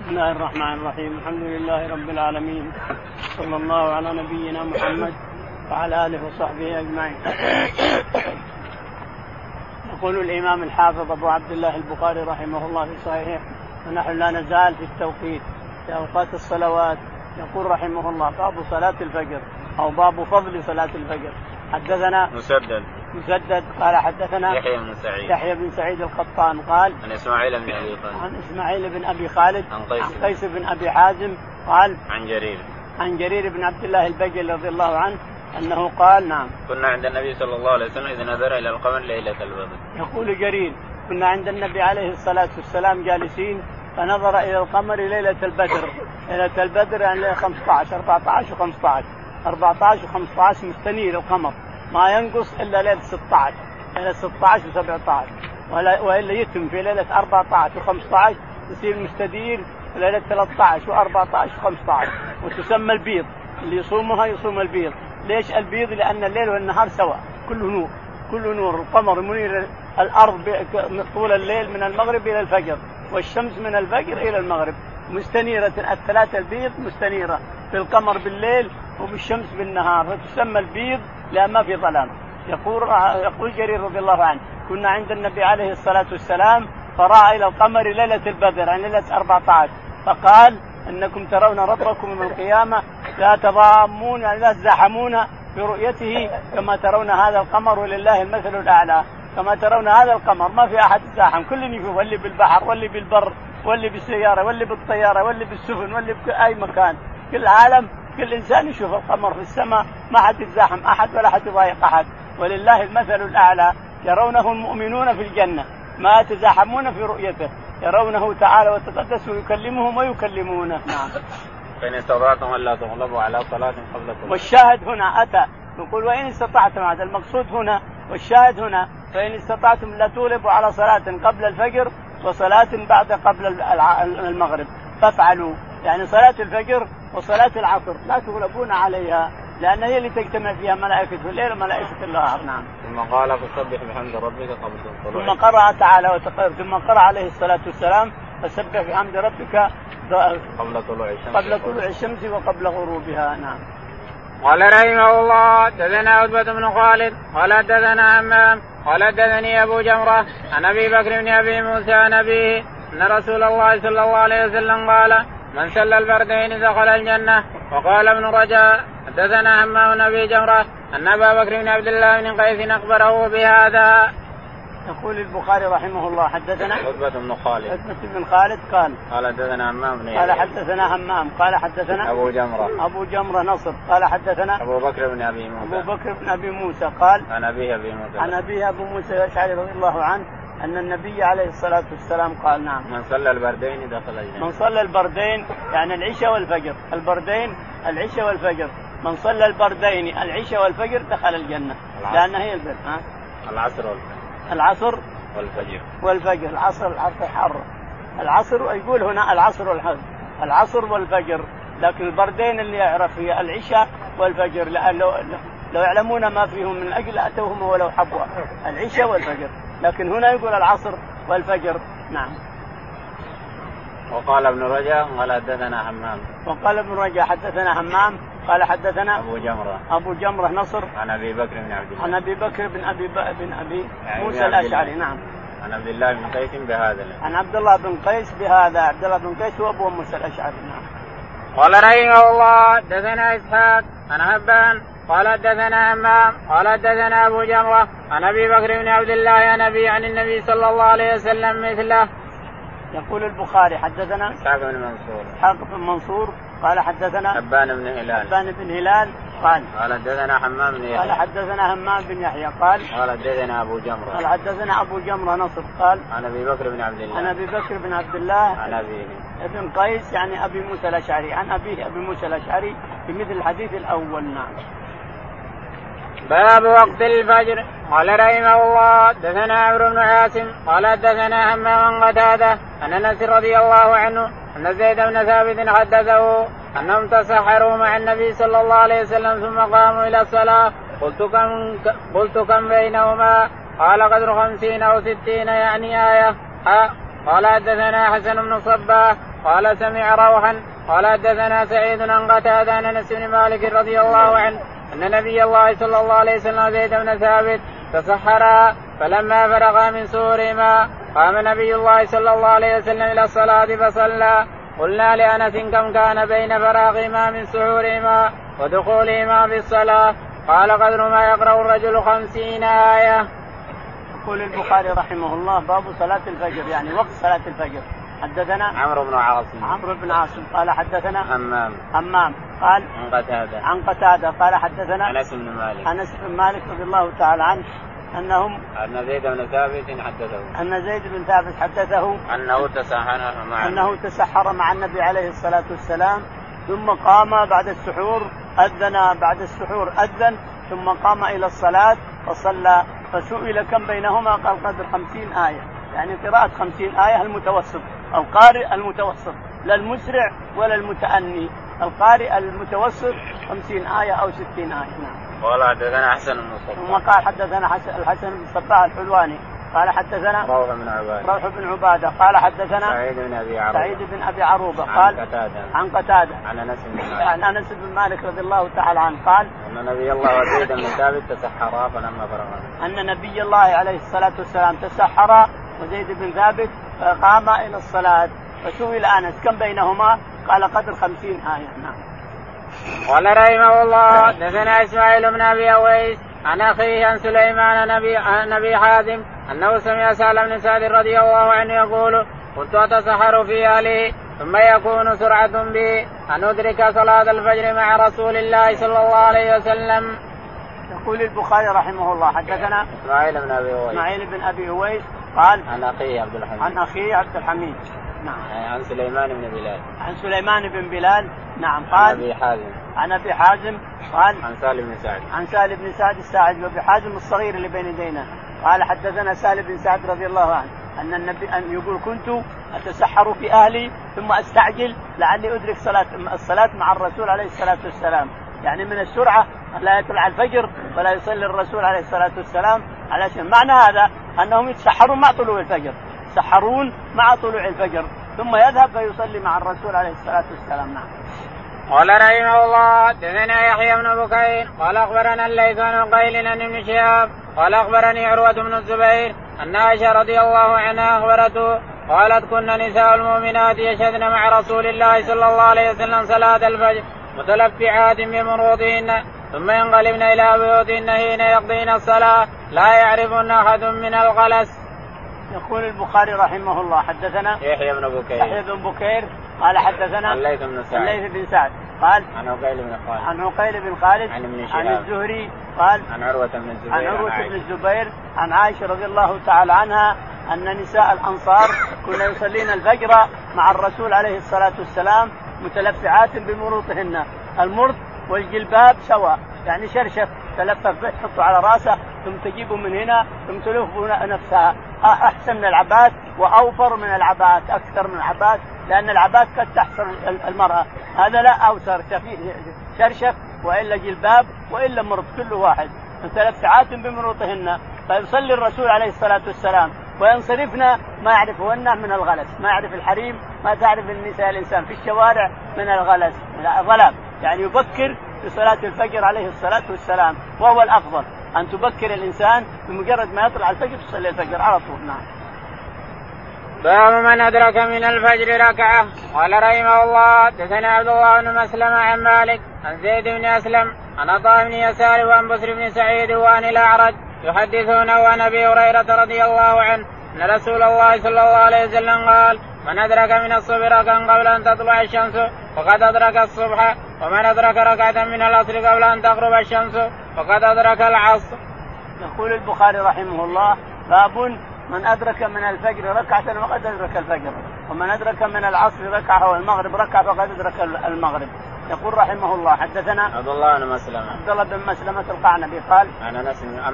بسم الله الرحمن الرحيم. الحمد لله رب العالمين، صلى الله على نبينا محمد وعلى آله وصحبه أجمعين. يقول الإمام الحافظ أبو عبد الله البخاري رحمه الله في صحيحه: ونحن لا نزال في التوقيت في أوقات الصلوات. يقول رحمه الله: باب صلاة الفجر أو باب فضل صلاة الفجر. حدثنا مسدد قال حدثنا يحيى بن سعيد القطان قال عن إسماعيل بن أبي خالد عن قيس بن أبي حازم قال عن جرير بن عبد الله البجلي رضي الله عنه أنه قال: نعم، كنا عند النبي صلى الله عليه وسلم إذا نظر إلى القمر ليلة البدر. يقول جرير: كنا عند النبي عليه الصلاة والسلام جالسين فنظر إلى القمر ليلة البدر. ليلة البدر يعني 15 14 و15 14 و15 مستنير القمر، ما ينقص إلا ليلة 16 ليلة 16 و17 وإلا يتم في ليلة 14 و15 يصير مستدير ليلة 13 و14 و15. وتسمى البيض، اللي يصومها يصوم البيض. ليش البيض؟ لأن الليل والنهار سواء، كله نور. القمر منير الأرض طول الليل من المغرب إلى الفجر، والشمس من الفجر إلى المغرب مستنيرة. الثلاثة البيض مستنيرة بالقمر بالليل وبالشمس بالنهار، فتسمى البيض لأن ما في ظلام. يقول جرير رضي الله عنه: كنا عند النبي عليه الصلاة والسلام فرأى إلى القمر ليلة البدر يعني ليلة 14 فقال: إنكم ترون ربكم من القيامة لا تضامون يعني لا تزاحمون في رؤيته كما ترون هذا القمر ولله المثل الأعلى. كما ترون هذا القمر ما في أحد يزاحم، كل يشوف، واللي بالبحر واللي بالبر واللي بالسيارة واللي بالطيارة واللي بالسفن واللي بأي مكان، كل عالم كل إنسان يشوف القمر في السماء، ما حد يزاحم أحد ولا حد يضايق أحد، ولله المثل الأعلى. يرونه المؤمنون في الجنة ما يتزاحمون في رؤيته، يرونه تعالى وتقدس ويكلمهم ويكلمونه. نعم. فإن استطعتم ألا تغلبوا على صلاة قبل الصلاة. والشاهد هنا أتى يقول: وإن استطعتم، هذا المقصود هنا، والشاهد هنا: فإن استطعتم لا تغلبوا على صلاة قبل الفجر وصلاة بعد قبل المغرب فافعلوا. يعني صلاة الفجر وصلاة العصر لا تغلبون عليها، لأن هي اللي تجتمع فيها ملائكة الليل وملائكة النهار. نعم. ثم قال: فسبح بحمد ربك قبل الطلوع. ثم قرأ تعالى وتقرأ، ثم قرأ عليه الصلاة والسلام: فسبح بحمد ربك قبل طلوع الشمس وقبل غروبها. نعم. قال رحمه الله: دثنا عتبة بن خالد قال دثنا همام قال دثني أبو جمرة عن أبي بكر بن أبي موسى عن أبيه أن رسول الله صلى الله عليه وسلم قال: من صلى البردين دخل الجنة. وقال ابن رجاء: حدثنا همام بن أبي جمرة أن أبا بكر بن عبد الله بن قيس أخبره بهذا. يقول البخاري رحمه الله: حدثنا عتبة بن خالد قال حدثنا همام بن قال حدثنا همام قال حدثنا أبو جمرة نصر قال حدثنا أبو بكر بن أبي موسى قال عن أبيه أبو موسى الأشعري رضي الله عنه أن النبي عليه الصلاة والسلام قال: نعم، من صلى البردين دخل الجنة. من صلى البردين يعني العشاء والفجر، البردين العشاء والفجر، من صلى البردين العشاء والفجر دخل الجنة، لأن هي البرد. العصر والفجر. العصر حر، العصر يقول هنا العصر والفجر، لكن البردين اللي يعرف هي العشاء والفجر، لو يعلمون ما فيهم من أجل أتوهم ولو حبوا العشاء والفجر، لكن هنا يقول العصر والفجر. نعم. وقال ابن رجاء قال حدثنا همام. وقال ابن رجاء حدثنا همام قال حدثنا أبو جمرة نصر عن أبي بكر بن عبد الله عن أبي بكر بن أبي موسى الأشعري. نعم. عن عبد الله بن قيس بهذا. عن عبد الله بن قيس بهذا. عبد الله بن قيس هو أبو موسى الأشعري. نعم. قال رحمه الله: دثنا إسحاق عن هبان قال دثنا همام قال دثنا أبو جمرة عن أبي بكر بن عبد الله عن النبي صلى الله عليه وسلم مثله. يقول البخاري: حدثنا إسحاق بن منصور قال حدثنا حبان بن هلال قال حدثنا همام بن يحيى قال حدثنا أبو جمرة نصر قال عن أبي بكر بن عبد الله عن أبيه ابن قيس يعني أبي موسى الأشعري عن أبيه أبي موسى الأشعري في مثل الحديث الأول. نعم. باب وقت الفجر. قال رحمه الله: دثنا عمرو بن عاصم قال دثنا همام قتادة عن أنس رضي الله عنه أن زيد بن ثابت حدثه أنهم تسحروا مع النبي صلى الله عليه وسلم ثم قاموا إلى الصلاة. قلت كم بينهما؟ قال قدر 50 أو 60 يعني آية. قال حدثنا حسن بن صباح قال سمع روحا قال حدثنا سعيد عن قتادة عن انس بن مالك رضي الله عنه ان نبي الله صلى الله عليه وسلم زيد بن ثابت تسحرا فلما فرغا من سورهما قام نبي الله صلى الله عليه وسلم الى الصلاة فصلى. قلنا لأنس كم كان بين فراغهما من سحورهما ودخولهما في الصلاة؟ قال قدر ما يقرأ الرجل 50 آية. يقول البخاري رحمه الله باب صلاة الفجر يعني وقت صلاة الفجر. حدثنا عمرو بن عاصم قال حدثنا همام قال عن قتادة قال حدثنا أنس بن مالك رضي الله تعالى عنه أن زيد بن ثابت حدثه أنه تسحر مع النبي عليه الصلاة والسلام ثم قام بعد السحور أذن ثم قام إلى الصلاة فصلى. فسئل كم بينهما قال قدر 50 آية يعني قراءة 50 آية المتوسط القارئ المتوسط لا المسرع ولا المتأني القارئ المتوسط 50 آية أو 60 آية. نعم. قال حدثنا حسن بن صباح وقال حدثنا الحسن بن صباح الحلواني قال حدثنا روح بن عبادة قال حدثنا سعيد بن أبي عروبة قال عن قتادة عن أنس بن مالك رضي الله تعالى عنه قال أن نبي الله وزيد بن ثابت تسحرا فلما فرغا أن نبي الله عليه الصلاة والسلام تسحر وزيد بن ثابت فقام إلى الصلاة. فسئل أنس كم بينهما قال قدر 50 آية. نعم. قال رحمه الله دثنا إسماعيل بن أبي أويس عن أخيه عن سليمان عن نبي حازم أنه سمع سهل بن سعد رضي الله عنه يقول كنت أتسحر في أهلي ثم يكون سرعة بي أن أدرك صلاة الفجر مع رسول الله صلى الله عليه وسلم. يقول البخاري رحمه الله حدثنا إسماعيل بن أبي أويس قال عن أخيه عبد الحميد. نعم. عن سليمان بن بلال. نعم. قال عن أبي حازم قال عن سهل بن سعد الساعدي وأبي حازم الصغير اللي بين يدينا قال حدثنا سهل بن سعد رضي الله عنه أن النبي أن يقول كنت أتسحر في أهلي ثم أستعجل لعلي أدرك الصلاة مع الرسول عليه الصلاة والسلام يعني من السرعة لا يطلع الفجر ولا يصلي الرسول عليه الصلاة والسلام علشان معنى هذا أنهم يتسحرون مع طلوع الفجر يتسحرون مع طلوع الفجر ثم يذهب فيصلي مع الرسول عليه الصلاة والسلام. نعم. قال رحمه الله دثنا يحيى بن بكير قال أخبرنا الليث عن قيل عن ابن شهاب قال أخبرني عروة بن الزبير أن عائشة رضي الله عنها أخبرته قالت كنا نساء المؤمنات يشهدن مع رسول الله صلى الله عليه وسلم صلاة الفجر متلفعات بمروطهن ثم ينقلبن إلى بيوتهن حين يقضين الصلاة لا يعرفن أحد من الغلس. يقول البخاري رحمه الله حدثنا يحيى بن بكير قال حدثنا الليث بن سعد قال عن عقيل بن خالد عن الزهري قال عن عروة بن الزبير عن عائشة رضي الله تعالى عنها أن نساء الأنصار كنا يصلين الفجر مع الرسول عليه الصلاة والسلام متلفعات بمروطهن المرط والجلباب سواء يعني شرشف تلفف به تحطه على راسه ثم تجيبه من هنا ثم تلفه نفسها أحسن من العبات وأوفر من العبات أكثر من العبات لأن العبات قد تحصر المرأة هذا لا أوسر شرشف وإلا جلباب وإلا مرط كل واحد متلفعات بمروطهن. فيصلي الرسول عليه الصلاة والسلام وينصرفنا ما يعرفهن من الغلس ما يعرف الحريم ما تعرف النساء الإنسان في الشوارع من الغلس الظلام يعني يبكر في صلاة الفجر عليه الصلاة والسلام وهو الأفضل أن تبكر الإنسان بمجرد ما يطلع الفجر تصلي الفجر على طول. نعم. باب من أدرك من الفجر ركعة. قال رحمه الله دثنا عبد الله بن مسلم عن مالك عن زيد بن أسلم عن عطاء بن يسار وعن بسر بن سعيد وعن الأعرج يحدثون عن أبي هريرة رضي الله عنه أن رسول الله صلى الله عليه وسلم قال من أدرك من الصبح ركعة قبل أن تطلع الشمس فقد أدرك الصبح ومن أدرك ركعة من العصر قبل أن تغرب الشمس فقد أدرك العصر. يقول البخاري رحمه الله باب من أدرك من الفجر ركعة فقد أدرك الفجر ومن أدرك من العصر ركعة والمغرب ركعة فقد أدرك المغرب. يقول رحمه الله حدثنا عبد الله بن مسلمة القعنبي قال عن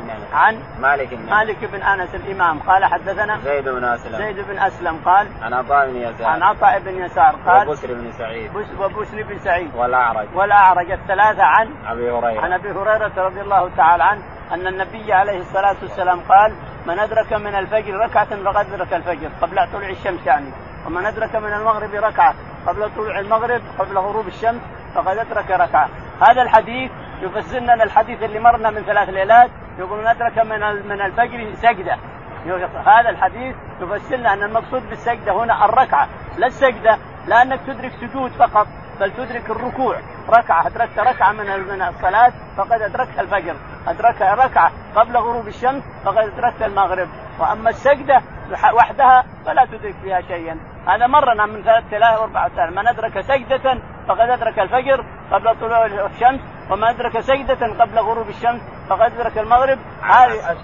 مالك بن أنس الإمام قال حدثنا زيد بن أسلم قال عن عطاء بن يسار قال وبسر بن سعيد والأعرج الثلاثة عن أبي هريرة رضي الله تعالى عنه أن النبي عليه الصلاة والسلام قال من أدرك من الفجر ركعة فقد أدرك الفجر قبل طلوع الشمس يعني. ومن أدرك من المغرب ركعة قبل طلوع المغرب قبل غروب الشمس فقد أدرك ركعة. هذا الحديث يفسر لنا الحديث اللي مرنا من 3 ليلات يقول من أدرك من الفجر سجدة. هذا الحديث يفسر لنا أن المقصود بالسجدة هنا الركعة لا السجدة، لأنك تدرك سجود فقط بل تدرك الركوع. ركعة أدركت ركعة من الصلاة فقد أدركت الفجر. أدرك ركعة قبل غروب الشمس فقد أدركت المغرب. وأما السجدة وحدها فلا تدرك فيها شيئا. هذا مرنا من 3 إلى 4. من أدرك سجدة فقد أدرك الفجر قبل طلوع الشمس، ومن أدرك سجدة قبل غروب الشمس فقد أدرك المغرب. هذه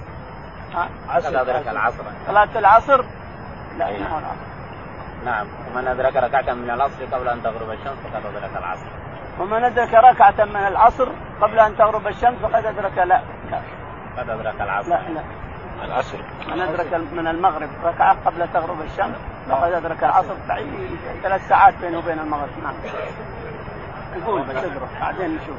العصر أدرك العصر. صلاة العصر لا نعم. ومن أدرك ركعة من العصر قبل أن تغرب الشمس فقد أدرك العصر. ومن أدرك ركعة من العصر قبل أن تغرب الشمس فقد أدرك قد أدرك العصر. لا العصر. من أدرك من المغرب ركعة قبل تغرب الشمس فقد أدرك العصر. 3 ساعات بينه وبين المغرب. نعم. نقول بتقرأ بعدين نشوف.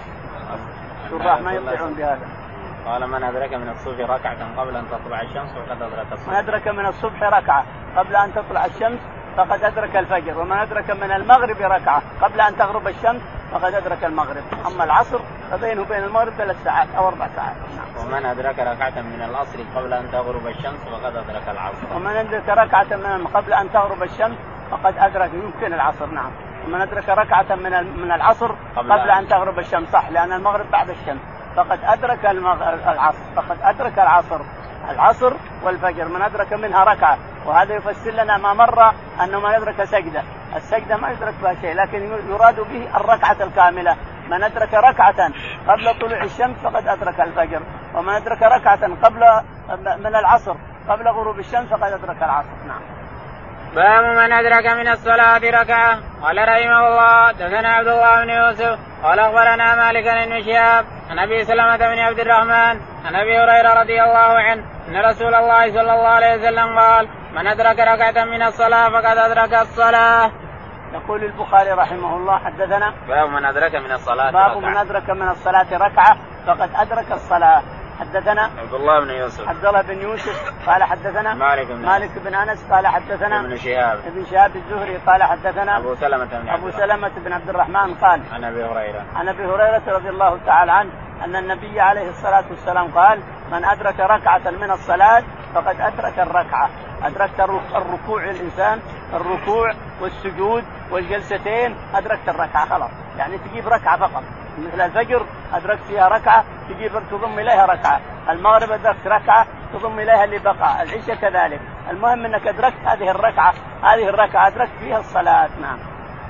الشراح ما يطيعون بهذا. قال من أدرك من الصبح ركعة قبل أن تطلع الشمس فقد أدرك الصبح. من أدرك من الصبح ركعة قبل أن تطلع الشمس فقد أدرك الفجر. ومن أدرك من المغرب ركعة قبل أن تغرب الشمس فقد أدرك المغرب. أما العصر فبينه وبين المغرب 3 ساعات أو 4 ساعات. ومن أدرك ركعة من العصر قبل أن تغرب الشمس فقد أدرك العصر. ومن أدرك ركعة قبل أن تغرب الشمس فقد أدرك يمكن العصر. نعم. ومن أدرك ركعة من العصر قبل أن تغرب الشمس صح لأن المغرب بعد الشمس فقد أدرك العصر. فقد أدرك العصر والفجر. من أدرك منها ركعة. وهذا يفسر لنا ما مر أنه من أدرك سجدة. السجدة ما يدرك بها شيء لكن يراد به الركعة الكاملة. من أدرك ركعة قبل طلوع الشمس فقد أدرك الفجر. ومن أدرك ركعة من العصر قبل غروب الشمس فقد أدرك العصر. نعم. باب من أدرك من الصلاة ركعة. قال رحمه الله دثنا عبد الله بن يوسف قال أخبرنا مالك بن شهاب عن أبي سلمة بن عبد الرحمن عن أبي هريرة رضي الله عنه أن رسول الله صلى الله عليه وسلم قال من أدرك ركعة من الصلاة فقد أدرك الصلاة. يقول البخاري رحمه الله حدثنا باب من أدرك من الصلاة باب من أدرك من الصلاة ركعة فقد أدرك الصلاة. حدثنا عبد الله بن يوسف قال حدثنا مالك بن أنس قال حدثنا ابن شهاب الزهري قال حدثنا أبو سلمة بن عبد الرحمن قال عن أبي هريرة رضي الله تعالى عنه أن النبي عليه الصلاة والسلام قال من أدرك ركعة من الصلاة فقد أدرك الركعة. أدركت الركوع الإنسان الركوع والسجود والجلستين أدركت الركعة خلاص. يعني تجيب ركعة فقط. مثل الفجر أدركت فيها ركعة تضم إليها ركعة. المغرب أدركت ركعة تضم إليها اللي بقى. العشاء كذلك. المهم أنك أدركت هذه الركعة أدركت فيها الصلاة. نعم.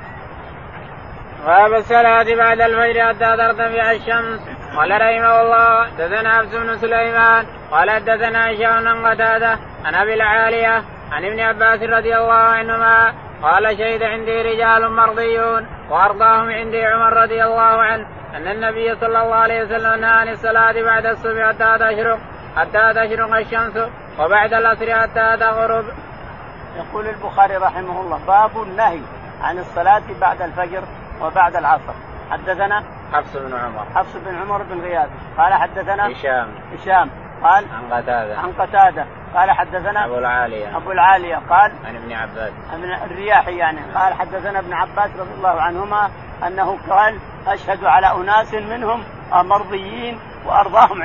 باب الصلاة بعد الفجر حتى ترتفع الشمس. قال رحمه الله دثنا عبد بن سليمان قال دثنا هشام عن قتادة عن أبي العالية عن ابن عباس رضي الله عنهما قال شهد عندي رجال مرضيون وأرضاهم عندي عمر رضي الله عنه أن النبي صلى الله عليه وسلم نهى عن الصلاة بعد الصبح حتى تشرق الشمس وبعد العصر حتى تغرب. يقول البخاري رحمه الله باب النهي عن الصلاة بعد الفجر وبعد العصر. حدثنا حفص بن عمر بن غياث قال حدثنا هشام قال عن قتادة قال حدثنا أبو العالية قال عن ابن عباس ابن الرياحي يعني قال حدثنا ابن عباس رضي الله عنهما أنه قال أشهد على أناس منهم مرضيين وأرضاهم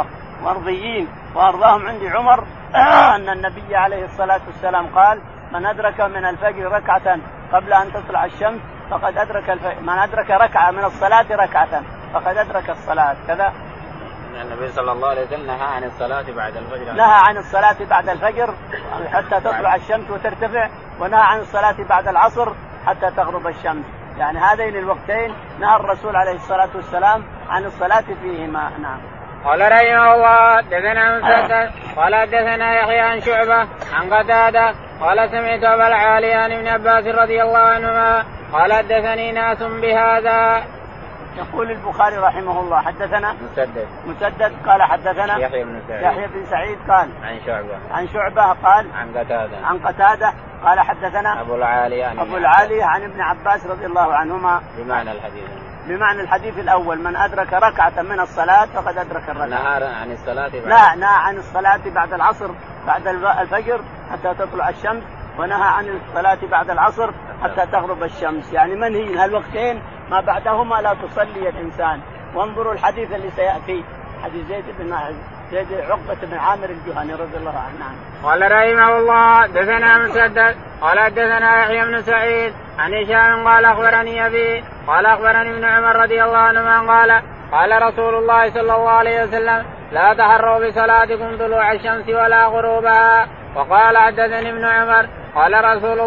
عندي عمر أن النبي عليه الصلاة والسلام قال من أدرك من الفجر ركعة قبل أن تطلع الشمس فقد أدرك من أدرك ركعة من الصلاة ركعة فقد أدرك الصلاة. كذا النبي صلى الله عليه وسلم نهى عن الصلاة بعد الفجر حتى تطلع الشمس وترتفع ونهى عن الصلاة بعد العصر حتى تغرب الشمس. يعني هذين الوقتين نهى الرسول عليه الصلاة والسلام عن الصلاة فيهما. نعم. قال رحمه الله دثنا مسدد قال دثنا يحيى عن شعبة عن قتادة قال سمعت أبا العالية عن ابن عباس رضي الله عنهما قال حدثني ناس بهذا. يقول البخاري رحمه الله حدثنا مسدد قال حدثنا يحيى بن سعيد قال عن شعبة قال عن قتادة قال حدثنا أبو العالية عن ابن عباس رضي الله عنهما بمعنى الحديث. بمعنى الحديث الأول من أدرك ركعة من الصلاة فقد أدرك الركعة. نهى عن الصلاة لا نهى عن الصلاة بعد العصر بعد الفجر حتى تطلع الشمس، ونهى عن الصلاة بعد العصر حتى تغرب الشمس، يعني منهي هالوقتين ما بعدهما لا تصلي الإنسان. وانظروا الحديث اللي سيأتي حديث زيد عقبة بن عامر الجهني رضي الله عنه. قال رحمه الله دثنا مسدد قال دثنا يحيى بن سعيد عن هشام قال أخبرني أبي قال أخبرني ابن عمر رضي الله عنهما قال رسول الله صلى الله عليه وسلم لا تحروا بصلاتكم طلوع الشمس ولا غروبها. وقال حدثني ابن عمر قال رسول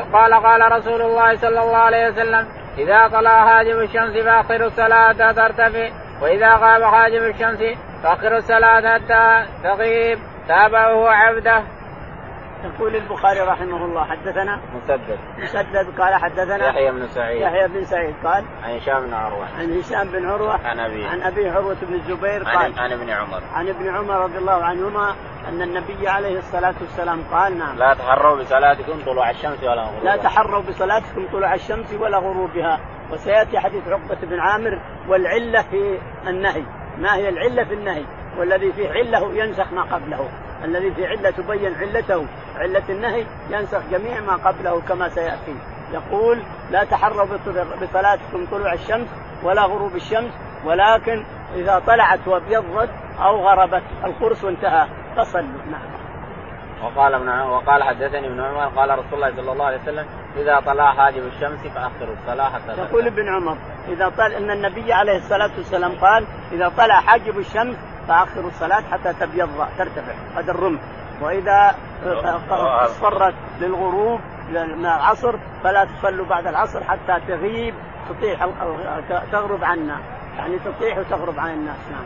الله صلى الله عليه وسلم إذا طلع حاجب الشمس فأخروا الصلاة حتى ترتفع، وإذا غاب حاجب الشمس فأخروا الصلاة حتى تغيب. تابعه عبده. يقول البخاري رحمه الله حدثنا مسدد قال حدثنا يحيى بن سعيد قال عن هشام بن عروة عن أبي عروة بن الزبير قال عن ابن عمر رضي الله عنهما أن النبي عليه الصلاة والسلام قال نعم لا تحروا بصلاتكم طلوع الشمس ولا غروبها. لا تحروا بصلاتكم طلوع الشمس ولا غروبها. وسيأتي حديث عقبة بن عامر والعلة في النهي. ما هي العلة في النهي؟ والذي فيه علة ينسخ ما قبله، الذي فيه علة تبين علته، علة النهي ينسخ جميع ما قبله كما سيأتي. يقول لا تحروا بصلاتكم طلوع الشمس ولا غروب الشمس، ولكن إذا طلعت وابيضت أو غربت القرص وانتهى فصلوا. نعم. وقال حدثني ابن عمر قال رسول الله صلى الله عليه وسلم إذا طلع حاجب الشمس فأخروا الصلاة حتى ترتفع. يقول ابن عمر إن النبي عليه الصلاة والسلام قال إذا طلع حاجب الشمس فأخروا الصلاة حتى تبيض ترتفع هذا الرمح، وإذا اصفرت للغروب من العصر فلا تصلوا بعد العصر حتى تغيب تطيح تغرب عنا، يعني تطيح وتغرب عن الناس. نعم.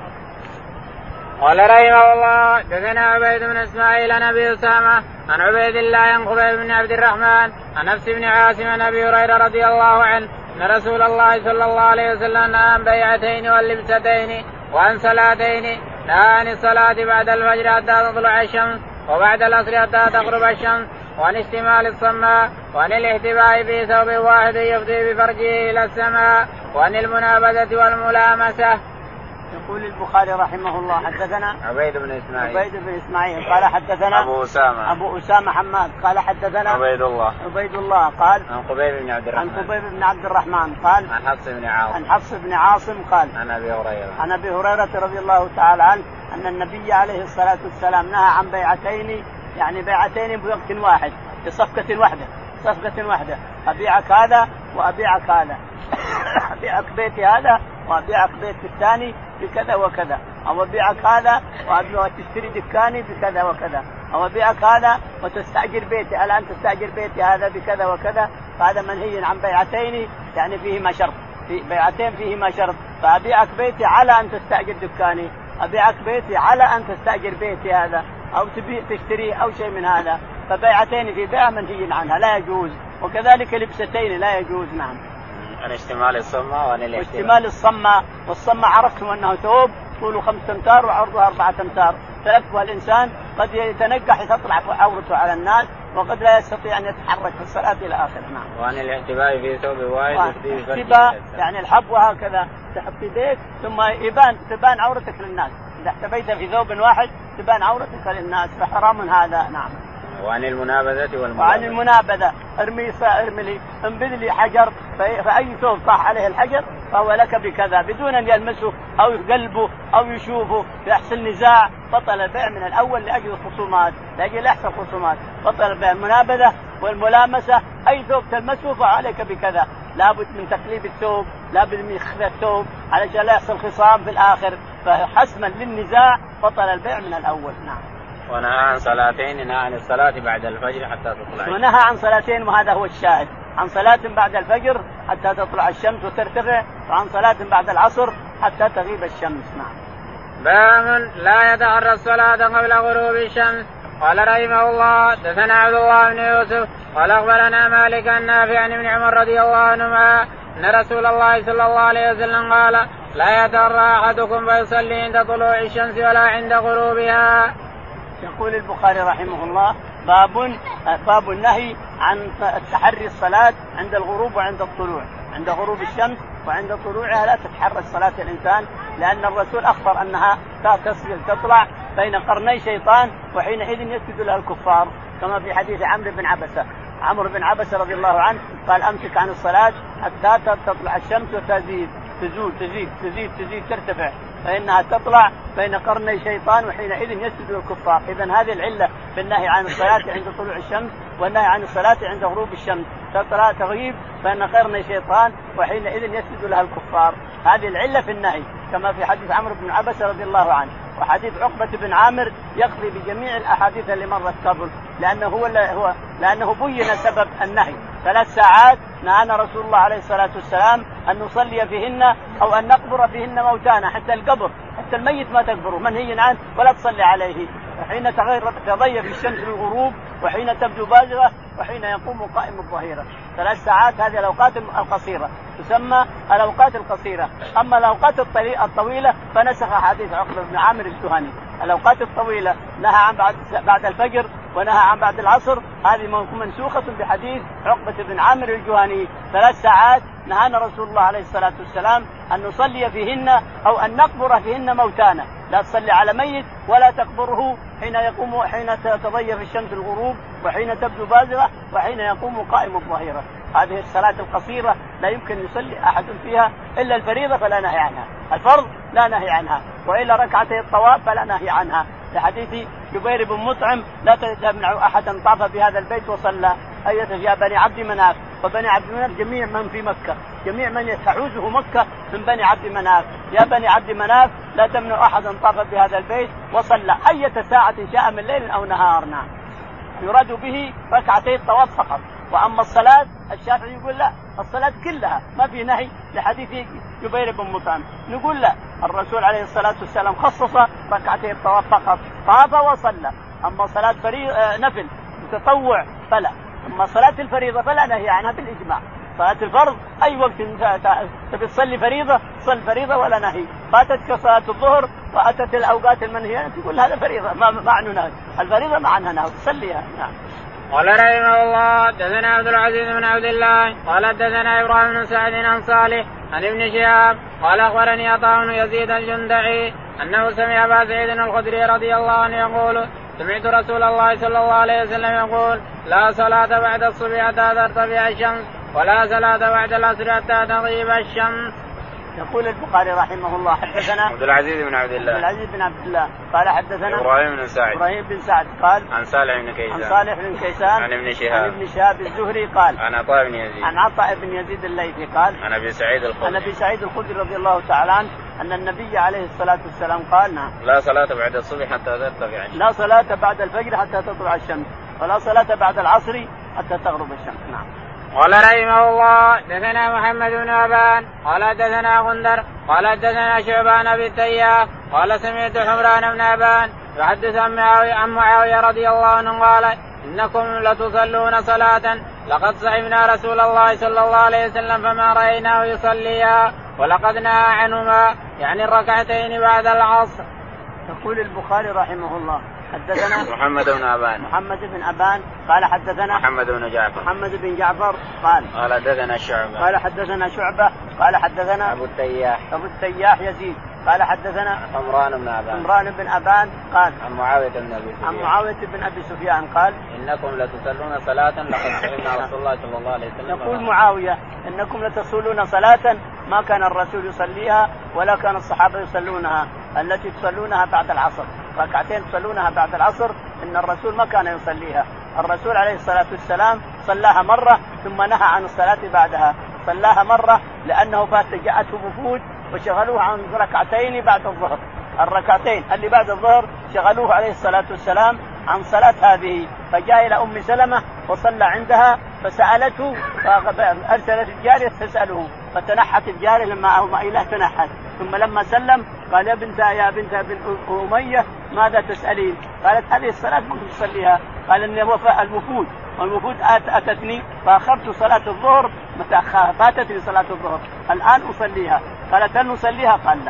قال رحمه الله دثنا عبيد بن اسماعيل عن ابي اسامه عن عبيد الله عن خبيب بن عبد الرحمن عن نفس بن عاصم عن ابي هريره رضي الله عنه ان رسول الله صلى الله عليه وسلم نهى عن بيعتين واللبستين وعن صلاتين. نهى عن الصلاه بعد الفجر حتى تطلع الشمس وبعد العصر حتى تغرب الشمس، وعن اشتمال الصماء، وعن الاحتباء في ثوب واحد يفضي بفرجه الى السماء، وعن المنابذه والملامسه. يقول البخاري رحمه الله حدثنا عبيد بن إسماعيل قال حدثنا أبو أسامة حماد قال حدثنا عبيد الله قال عن خبيب بن عبد الرحمن قال عن حفص بن عاصم قال عن أبي هريرة رضي الله تعالى عنه أن النبي عليه الصلاة والسلام نهى عن بيعتين، يعني بيعتين بوقت واحد بصفقة واحدة أبيعك هذا وأبيعك هذا أبيعك بيتي هذا وأبيعك بيت الثاني بكذا وكذا، أو أبيعك هذا وتشتري دكاني بكذا وكذا، أو أبيعك هذا وتستأجر بيتي الآن تستأجر بيتي هذا بكذا وكذا. فهذا منهي عن بيعتين، يعني فيهما شرط، في بيعتين فيهما شرط. فأبيعك بيتي على أن تستأجر دكاني، أبيعك بيتي على أن تستأجر بيتي هذا، أو تشتري أو شيء من هذا. فبيعتين في بيع منهي عنها لا يجوز، وكذلك لبستين لا يجوز. نعم. عن اشتمال الصمة واشتمال الصمة، والصمة عرفتم أنه ثوب طوله 5 أمتار وعرضه 4 أمتار، تلفه الإنسان قد يتنقح تطلع عورته على الناس، وقد لا يستطيع أن يتحرك في الصلاة إلى آخر. نعم. وعن الاحتباء في ثوب واحد يعني الحب هكذا تحط يديك ثم تبان عورتك للناس، إذا احتبيت في ثوب واحد تبان عورتك للناس، فحرام هذا. نعم. وعن المنابذة وعن المنابذة انبذ لي حجر، فأي ثوب طاح عليه الحجر فهو لك بكذا بدون أن يلمسه أو يقلبه أو يشوفه. يحصل نزاع بطل البيع من الأول لأجل الخصومات، لأجل يحصل خصومات بطل البيع. المنابذة والملامسة أي ثوب تلمسه فعليك بكذا، لابد من تقليب الثوب، لابد من إخذ الثوب علشان لا يحصل خصام في الآخر، فحسما للنزاع بطل البيع من الأول. نعم. ونهى عن صلاتين، نهى عن الصلاة بعد الفجر حتى تطلع، ونهى عن صلاتين، وهذا هو الشاهد، عن صلاة بعد الفجر حتى تطلع الشمس وترتفع، وعن صلاة بعد العصر حتى تغيب الشمس. نعم. باب لا يتعرى الصلاة قبل غروب الشمس. قال رحمه الله دثنا عبد الله بن يوسف قال أخبرنا مالك النافع عن ابن عمر رضي الله عنهما أن رسول الله صلى الله عليه وسلم قال لا يتعرى أحدكم فيصلي عند طلوع الشمس ولا عند غروبها. يقول البخاري رحمه الله باب النهي عن تحري الصلاة عند الغروب وعند الطلوع. عند غروب الشمس وعند طلوعها لا تتحرك صلاة الإنسان، لأن الرسول أخبر أنها تطلع بين قرني شيطان وحينئذ يسجد لها الكفار، كما في حديث عمرو بن عبسة رضي الله عنه قال أمسك عن الصلاة حتى تطلع الشمس وتزيد تزيد ترتفع، فإنها تطلع بين قرني شيطان وحينئذ يسجد الكفار. إذن هذه العلة في النهي عن الصلاة عند طلوع الشمس والنهي عن الصلاة عند غروب الشمس، تغيب بين قرني شيطان وحينئذ يسجد لها الكفار، هذه العلة في النهي، كما في حديث عمرو بن عبسة رضي الله عنه. وحديث عقبة بن عامر يقضي بجميع الأحاديث اللي مرت قبل، لأنه بين سبب النهي. 3 ساعات نهانا رسول الله عليه الصلاة والسلام أن نصلي فيهن أو أن نقبر فيهن موتانا، حتى القبر حتى الميت ما تقبره منهي عنه ولا تصلي عليه، حين تضيف الشمس للغروب وحين تبدو بازغة وحين يقوم قائم الظهيرة. 3 ساعات هذه الأوقات القصيرة تسمى الأوقات القصيرة. أما الأوقات الطويلة فنسخ حديث عقبة بن عامر الجهني. الأوقات الطويلة نهى عن بعد الفجر ونهى عن بعد العصر، هذه منسوخة بحديث عقبة بن عامر الجهني. 3 ساعات نهانا رسول الله عليه الصلاة والسلام أن نصلي فيهن أو أن نقبر فيهن موتانا، لا تصلي على ميت ولا تقبره حين تضيف الشمس الغروب وحين تبدو بازغة وحين يقوم قائم الظهيرة. هذه الصلاة القصيرة لا يمكن يصلي أحد فيها إلا الفريضة فلا نهي عنها، الفرض لا نهي عنها، وإلا ركعتي الطواف فلا نهي عنها، لحديث جبير بن مطعم لا تمنع أحدا طاف بهذا البيت وصلى يا بني عبد مناف. وبني عبد مناف جميع من في مكة، جميع من تحوزه مكة من بني عبد مناف. يا بني عبد مناف لا تمنع أحدا طاف بهذا البيت وصلى أية ساعة شاء من ليل أو نهار. نعم، يراد به ركعتي الطواف فقط. وأما الصلاة الشافعي يقول لا، الصلاة كلها ما في نهي، لحديث جبير بن مطعم. نقول لا، الرسول عليه الصلاة والسلام خصص ركعتي الطواف فقط، طاف وصلى. أما صلاة نفل تطوع فلا، أما صلاة الفريضة فلا نهي عنها بالإجماع. صلاة الفرض أي وقت تبي تصلي فريضة صل فريضة ولا نهي. فاتتك صلاة الظهر وأتت الأوقات المنهية تقول هذا فريضة ما معنى نهي، الفريضة معناها نهي تصليها. نعم. قال رحمه الله دثنا عبد العزيز بن عبد الله قال دثنا إبراهيم بن سعد عن صالح عن ابن شهاب قال أخبرني عطاء بن يزيد الجندعي أنه سمع أبا سعيد الخدري رضي الله عنه يقول سمعت رسول الله صلى الله عليه وسلم يقول لا صلاة بعد الصبح حتى ترتفع الشمس ولا صلاة بعد العصر حتى تغيب الشمس. يقول البخاري رحمه الله حدثنا عبد العزيز بن عبد الله قال حدثنا إبراهيم بن سعد قال عن صالح بن كيسان عن ابن شهاب الزهري قال عن عطاء بن يزيد الليثي قال عن أبي سعيد الخدري رضي الله تعالى عنه أن النبي عليه الصلاة والسلام قال نعم لا صلاة بعد الصبح حتى ترتفع الشمس، لا صلاة بعد الفجر حتى تطلع الشمس، ولا صلاة بعد العصر حتى تغرب الشمس. نعم. قال رحمه الله دثنا محمد بن أبان قال دثنا غندر قال دثنا شعبان بالتياح قال سمعت حمران بن أبان يحدث عن معاوية رضي الله عنه قال إنكم لتصلون صلاة لقد صحبنا رسول الله صلى الله عليه وسلم فما رأيناه يصليها ولقد نهى عنهما يعني الركعتين بعد العصر. يقول البخاري رحمه الله حدثنا محمد بن أبان قال حدثنا محمد بن جعفر قال حدثنا شعبة قال حدثنا أبو التياح يزيد قال حدثنا عمران بن أبان قال عن معاوية بن أبي سفيان قال إنكم لتصلون صلاة لقد صحبنا رسول الله صلى الله عليه وسلم. يقول معاوية إنكم لتصلون صلاة ما كان الرسول يصليها ولا كان الصحابة يصلونها، التي تصلونها بعد العصر، ركعتين تصلونها بعد العصر إن الرسول ما كان يصليها. الرسول عليه الصلاة والسلام صلاها مرة ثم نهى عن الصلاة بعدها، صلاها مرة لأنه جاءته وفود وشغلوه عن ركعتين بعد الظهر، الركعتين اللي بعد الظهر شغلوه عليه الصلاة والسلام عن صلاة هذه، فجاء إلى أم سلمة وصلى عندها فسألته فأرسلت الجارية تسأله فتنحت الجارية لما إله تنحت، ثم لما سلم قال يا بنت أمية ماذا تسألين؟ قالت هذه الصلاة كنت تصليها. قال إن والوفود أتتني فأخرت صلاة الظهر فاتتني صلاة الظهر الآن أصليها. قالت هل نصليها؟ قال لا.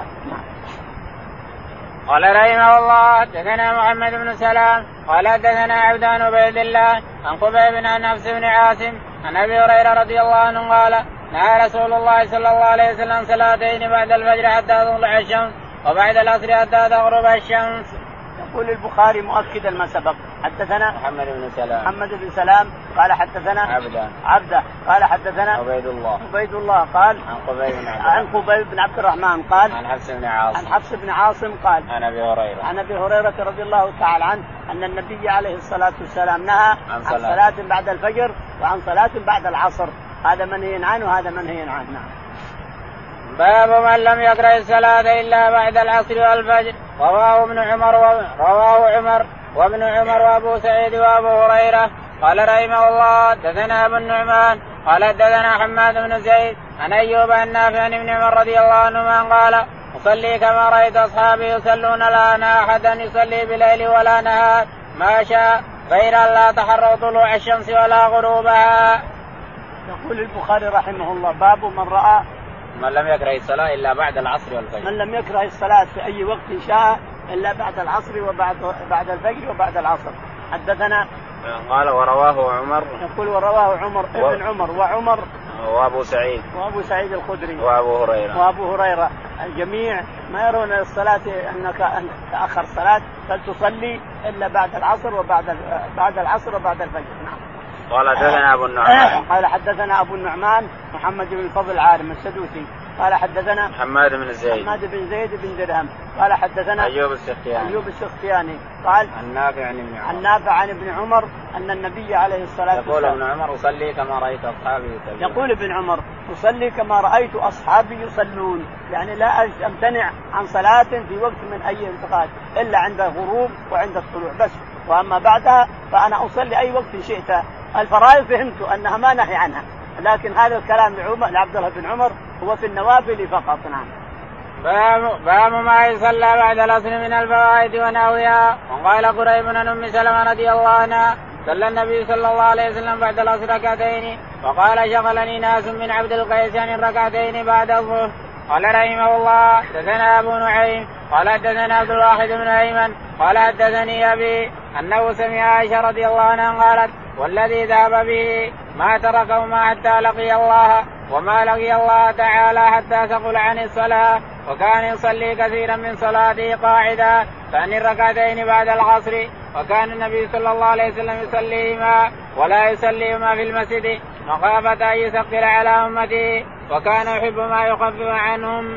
قال رحمه الله دثنا محمد بن سلام قال دثنا عبدان عبيد الله عن قبيب عن نفس بن عاصم عن أبي هريرة رضي الله عنه قال نهى رسول الله صلى الله عليه وسلم صلاتين بعد الفجر حتى تطلع الشمس وبعد العصر حتى تغرب الشمس. يقول البخاري مؤكدا ما سبق. حدثنا محمد بن سلام قال حدثنا عبده قال حدثنا عبيد الله قال عن خبيب بن عبد الرحمن قال عن حفص بن عاصم قال عن أبي هريرة رضي الله تعالى عنه أن النبي عليه الصلاة والسلام نهى عن صلاة بعد الفجر وعن صلاة بعد العصر. هذا منهي عنه وهذا منهي عنه. باب من لم يقرأ الصلاة إلا بعد العصر والفجر. رواه عمر وابن عمر وابو سعيد وابو هريرة. قال رحمه الله حدثنا ابو النعمان قال حدثنا حماد بن زيد عن ايوب عن نافع عن ابن عمر رضي الله عنهما قال اصلي كما رايت اصحابي يصلون لا انا احدا يصلي بالليل ولا نهار ما شاء غير ان لا تحروا طلوع الشمس ولا غروبها. يقول البخاري رحمه الله باب من لم يكره الصلاة إلا بعد العصر والفجر. من لم يكره الصلاة في أي وقت شاء إلا بعد العصر وبعد الفجر وبعد العصر. حدثنا قال ورواه عمر. يقول ورواه عمر ابن عمر وعمر وابو سعيد الخدري وابو هريرة. الجميع ما يرون الصلاة أنك أن تأخر الصلاة فلتصلي إلا بعد العصر بعد العصر وبعد الفجر. نعم. قال حدثنا أبو النعمان قال حدثنا أبو النعمان محمد بن الفضل عارم السدوسي قال حدثنا حماد بن زيد بن درهم قال حدثنا أيوب السختياني قال عن نافع عن ابن عمر أن النبي عليه الصلاة والسلام يقول ابن عمر أصلي كما رأيت أصحابي يصلون. يقول ابن عمر أصلي كما رأيت أصحابي يصلون، يعني لا أمتنع عن صلاة في وقت من أي انتقال إلا عند الغروب وعند الطلوع بس، وأما بعدها فأنا أصلي أي وقت شئت. الفرائض فهمت أنها ما نهي عنها، لكن هذا الكلام لعبد الله بن عمر هو في النوافل فقط. نعم. باب ما يصلى بعد العصر من الفوائد ونحوها. وقال قريب بن أم سلمة رضي الله عنها صلى النبي صلى الله عليه وسلم بعد العصر ركعتين، وقال شغلني ناس من عبد القيس عن الركعتين بعد الظهر. قال رحمه الله حدثنا أبو نعيم قال حدثنا عبد الواحد بن أيمن قال حدثني أبي أنه سمع عائشة رضي الله عنها قالت والذي ذهب به ما تركهما حتى لقي الله وما لقي الله تعالى حتى ثقل عن الصلاة، وكان يصلي كثيرا من صلاته قاعدا فأن الركعتين بعد العصر، وكان النبي صلى الله عليه وسلم يصليهما ولا يصليهما في المسجد مخافة أن يثقل على أمته، وكان يحب ما يخفف عنهم.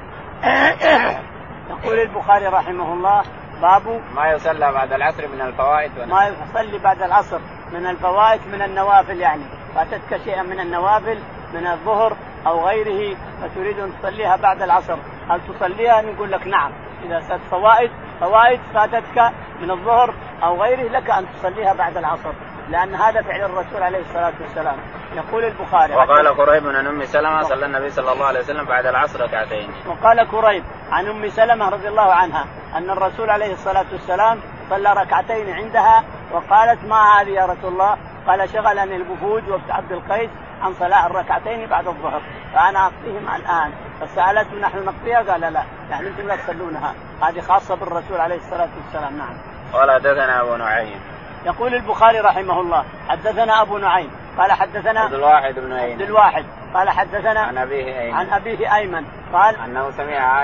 يقول البخاري رحمه الله باب ما يصلى بعد العصر من الفوائد ما يصلي بعد العصر من الفوائد من النوافل، يعني فاتتك شيئا من النوافل من الظهر أو غيره فتريد أن تصليها بعد العصر، هل تصليها؟ نقول لك نعم، إذا صارت فوائد فاتتك من الظهر أو غيره لك أن تصليها بعد العصر، لأن هذا فعل الرسول عليه الصلاة والسلام. يقول البخاري وقال قريب عن أم سلمة صلى النبي صلى الله عليه وسلم بعد العصر ركعتين. وقال قريب عن أم سلمة رضي الله عنها أن الرسول عليه الصلاة والسلام صلى ركعتين عندها، وقالت ما هذه يا رسول الله؟ قال شغلني الوفود وابن عبد القيس عن صلاة الركعتين بعد الظهر فأنا أقضيهما الآن، فسألته نحن نقضيها؟ قال لا، يعني أنتم لا تصلونها، هذه خاصة بالرسول عليه الصلاة والسلام. نعم. قال حدثنا أبو نعيم. يقول البخاري رحمه الله حدثنا أبو نعيم قال حدثنا عبد الواحد بن أيمن قال حدثنا عن أبيه أيمن قال أنه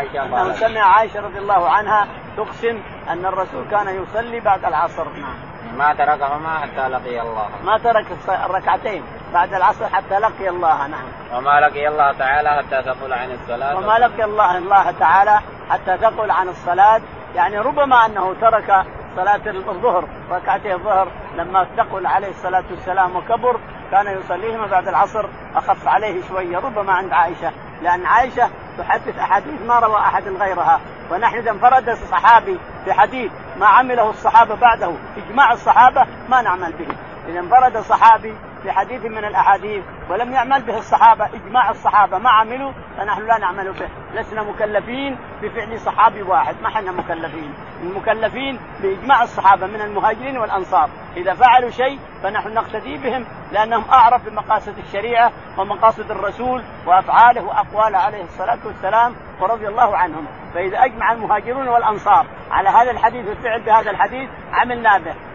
سمع عائشة رضي الله عنها تقسم أن الرسول كان يصلي بعد العصر. نعم. ما تركهما حتى لقي الله، ما ترك الركعتين بعد العصر حتى لقي الله. نعم. وما لقي الله تعالى حتى تقول عن الصلاة، وما لقي الله تعالى حتى تقول عن الصلاة، يعني ربما أنه ترك صلاة الظهر ركعتي الظهر لما تقول عليه الصلاة والسلام وكبر كان يصليهما بعد العصر، أخف عليه شوية ربما عند عائشة، لأن عائشة تحدث أحاديث ما روى أحد غيرها، ونحن إذا انفرد الصحابي بحديث ما عمله الصحابة بعده إجماع الصحابة ما نعمل به. إذا انفرد الصحابي بحديث من الأحاديث ولم يعمل به الصحابة إجماع الصحابة ما عملوا فنحن لا نعمل به، لسنا مكلفين بفعل صحابي واحد، ما حنا مكلفين، المكلفين بإجماع الصحابة من المهاجرين والأنصار، إذا فعلوا شيء فنحن نقتدي بهم لأنهم أعرف بمقاصد الشريعة ومقاصد الرسول وأفعاله وأقواله عليه الصلاة والسلام ورضي الله عنهم. فإذا أجمع المهاجرون والأنصار على هذا الحديث والفعل بهذا الحديث عملنا به،